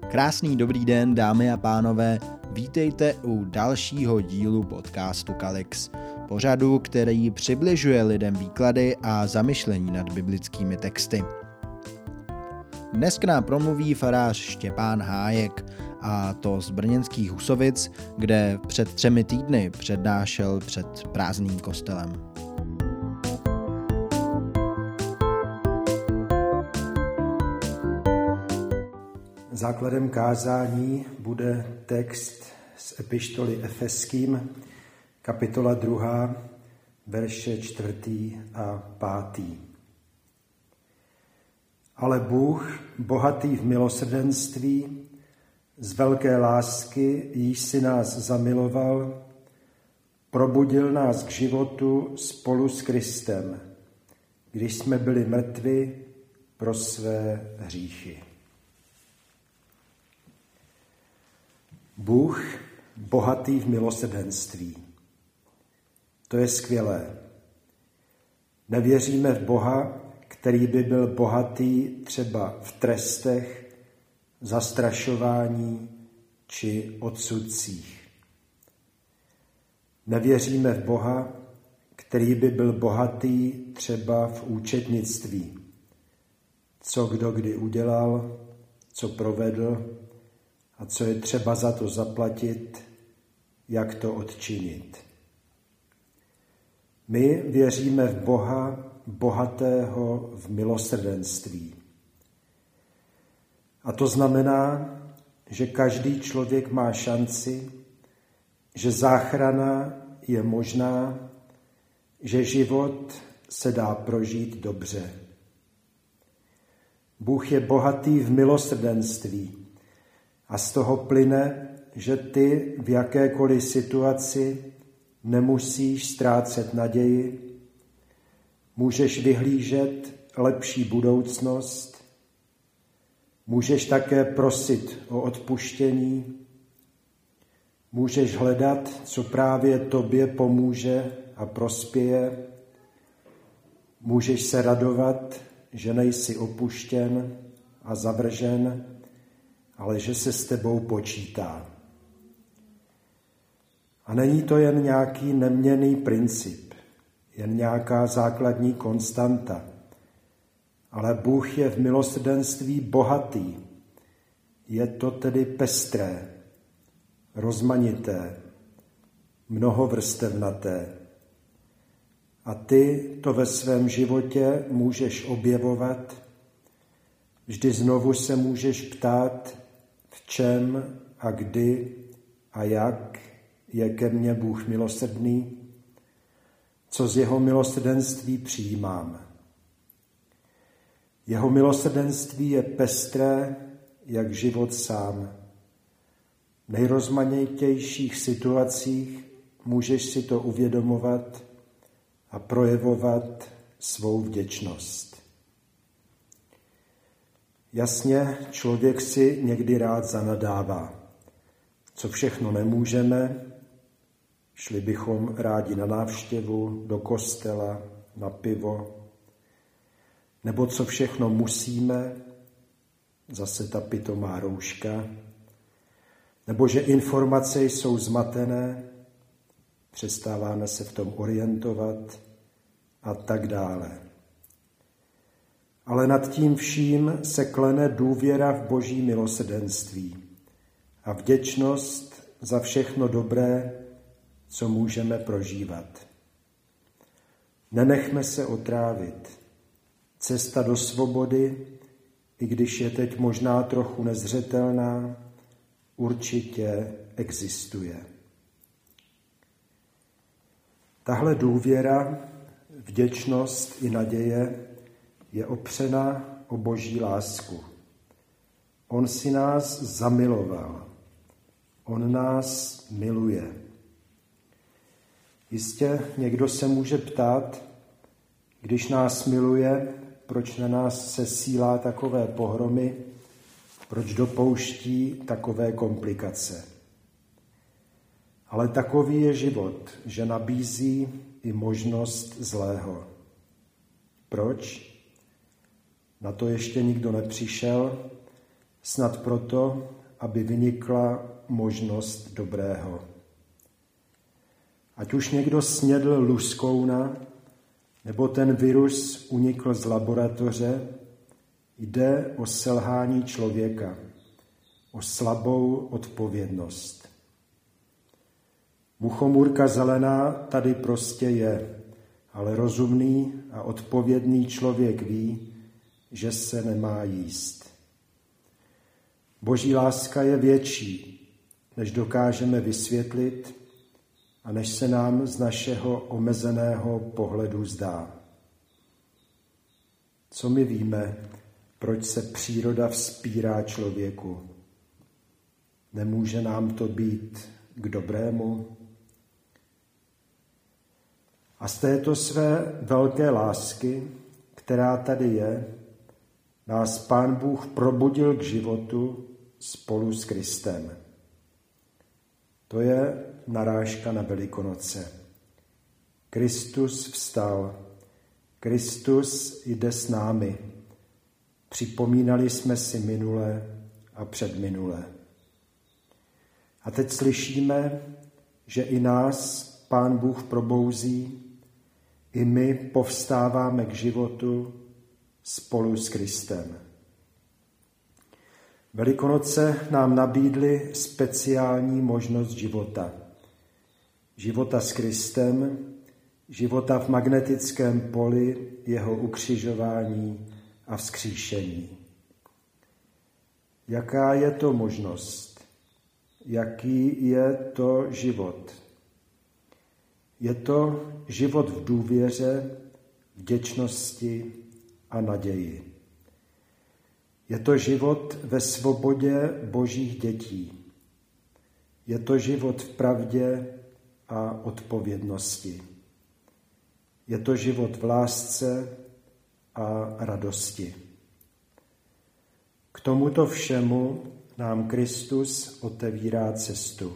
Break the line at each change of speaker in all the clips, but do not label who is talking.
Krásný dobrý den, dámy a pánové, vítejte u dalšího dílu podcastu Kalix, pořadu, který přibližuje lidem výklady a zamyšlení nad biblickými texty. Dnes k nám promluví farář Štěpán Hájek, a to z brněnských Husovic, kde před 3 týdny přednášel před prázdným kostelem.
Základem kázání bude text z epištoly Efeským, kapitola 2, verše 4. a 5. Ale Bůh, bohatý v milosrdenství, z velké lásky, jíž si nás zamiloval, probudil nás k životu spolu s Kristem, když jsme byli mrtvi pro své hříchy. Bůh, bohatý v milosrdenství. To je skvělé. Nevěříme v Boha, který by byl bohatý třeba v trestech, zastrašování či odsudcích. Nevěříme v Boha, který by byl bohatý třeba v účetnictví. Co kdo kdy udělal, co provedl a co je třeba za to zaplatit, jak to odčinit. My věříme v Boha, bohatého v milosrdenství. A to znamená, že každý člověk má šanci, že záchrana je možná, že život se dá prožít dobře. Bůh je bohatý v milosrdenství a z toho plyne, že ty v jakékoliv situaci nemusíš ztrácet naději, můžeš vyhlížet lepší budoucnost, můžeš také prosit o odpuštění, můžeš hledat, co právě tobě pomůže a prospěje, můžeš se radovat, že nejsi opuštěn a zavržen, ale že se s tebou počítá. A není to jen nějaký neměnný princip, jen nějaká základní konstanta, ale Bůh je v milosrdenství bohatý. Je to tedy pestré, rozmanité, mnohovrstevnaté. A ty to ve svém životě můžeš objevovat, vždy znovu se můžeš ptát, v čem a kdy a jak je ke mně Bůh milosrdný, co z jeho milosrdenství přijímám. Jeho milosrdenství je pestré, jak život sám. V nejrozmanitějších situacích můžeš si to uvědomovat a projevovat svou vděčnost. Jasně, člověk si někdy rád zanadává. Co všechno nemůžeme, šli bychom rádi na návštěvu, do kostela, na pivo, nebo co všechno musíme, zase ta pitomá rouška, nebo že informace jsou zmatené, přestáváme se v tom orientovat a tak dále. Ale nad tím vším se klene důvěra v Boží milosrdenství a vděčnost za všechno dobré, co můžeme prožívat. Nenechme se otrávit. Cesta do svobody, i když je teď možná trochu nezřetelná, určitě existuje. Tahle důvěra, vděčnost i naděje je opřena o Boží lásku. On si nás zamiloval. On nás miluje. Jistě někdo se může ptát, když nás miluje, proč na nás sesílá takové pohromy, proč dopouští takové komplikace. Ale takový je život, že nabízí i možnost zlého. Proč? Na to ještě nikdo nepřišel, snad proto, aby vynikla možnost dobrého. Ať už někdo snědl luskouna, nebo ten virus unikl z laboratoře, jde o selhání člověka, o slabou odpovědnost. Muchomůrka zelená tady prostě je, ale rozumný a odpovědný člověk ví, že se nemá jíst. Boží láska je větší, než dokážeme vysvětlit a než se nám z našeho omezeného pohledu zdá. Co my víme, proč se příroda vzpírá člověku? Nemůže nám to být k dobrému? A z této své velké lásky, která tady je, nás Pán Bůh probudil k životu spolu s Kristem. To je narážka na Velikonoce. Kristus vstal. Kristus jde s námi. Připomínali jsme si minule a předminule. A teď slyšíme, že i nás Pán Bůh probouzí, i my povstáváme k životu spolu s Kristem. Velikonoce nám nabídly speciální možnost života. Života s Kristem, života v magnetickém poli jeho ukřižování a vzkříšení. Jaká je to možnost? Jaký je to život? Je to život v důvěře, vděčnosti a naději. Je to život ve svobodě Božích dětí. Je to život v pravdě a odpovědnosti. Je to život v lásce a radosti. K tomuto všemu nám Kristus otevírá cestu.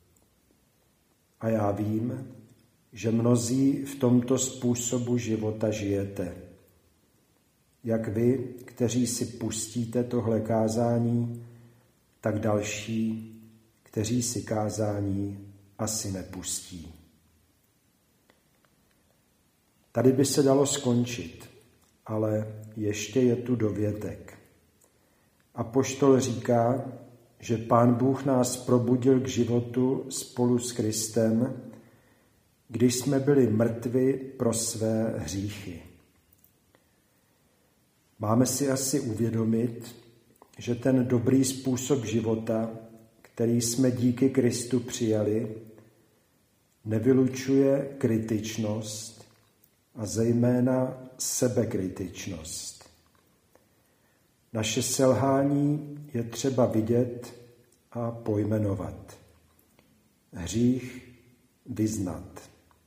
A já vím, že mnozí v tomto způsobu života žijete. Jak vy, kteří si pustíte tohle kázání, tak další, kteří si kázání asi nepustí. Tady by se dalo skončit, ale ještě je tu dovětek. Apoštol říká, že Pán Bůh nás probudil k životu spolu s Kristem, když jsme byli mrtvi pro své hříchy. Máme si asi uvědomit, že ten dobrý způsob života, který jsme díky Kristu přijali, nevylučuje kritičnost a zejména sebekritičnost. Naše selhání je třeba vidět a pojmenovat. Hřích vyznat.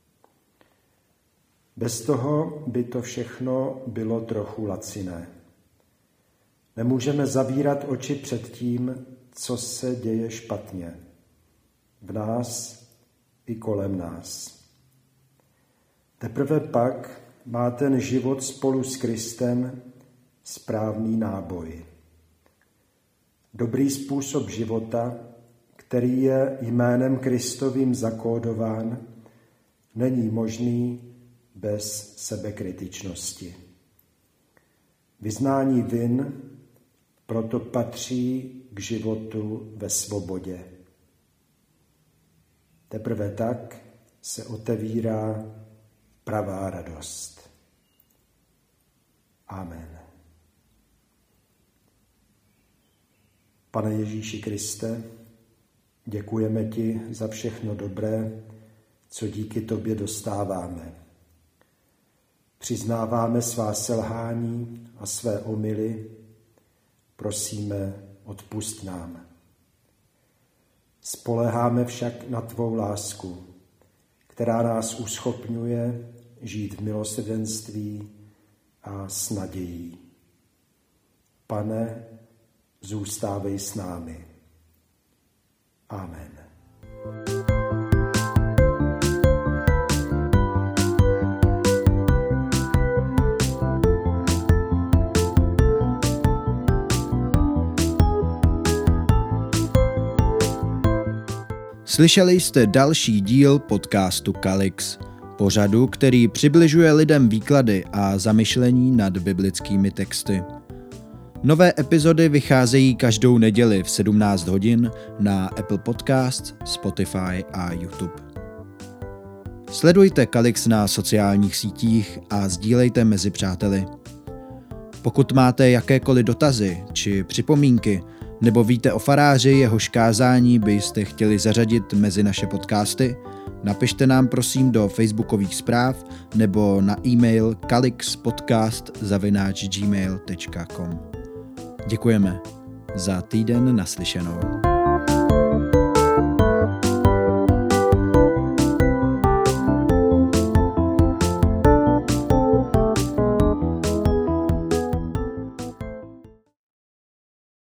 Bez toho by to všechno bylo trochu laciné. Nemůžeme zavírat oči před tím, co se děje špatně. V nás i kolem nás. Teprve pak má ten život spolu s Kristem správný náboj. Dobrý způsob života, který je jménem Kristovým zakódován, není možný bez sebekritičnosti. Vyznání vin proto patří k životu ve svobodě. Teprve tak se otevírá pravá radost. Amen. Pane Ježíši Kriste, děkujeme ti za všechno dobré, co díky tobě dostáváme. Přiznáváme svá selhání a své omyly, prosíme, odpusť nám. Spoléháme však na tvou lásku, která nás uschopňuje žít v milosrdenství a s nadějí. Pane, zůstávej s námi. Amen.
Slyšeli jste další díl podcastu Kalix, pořadu, který přibližuje lidem výklady a zamyšlení nad biblickými texty. Nové epizody vycházejí každou neděli v 17 hodin na Apple Podcasts, Spotify a YouTube. Sledujte Kalix na sociálních sítích a sdílejte mezi přáteli. Pokud máte jakékoliv dotazy či připomínky, nebo víte o faráři, jehož kázání byste chtěli zařadit mezi naše podcasty, napište nám prosím do facebookových zpráv nebo na e-mail kalixpodcast@gmail.com. Děkujeme. Za týden naslyšenou.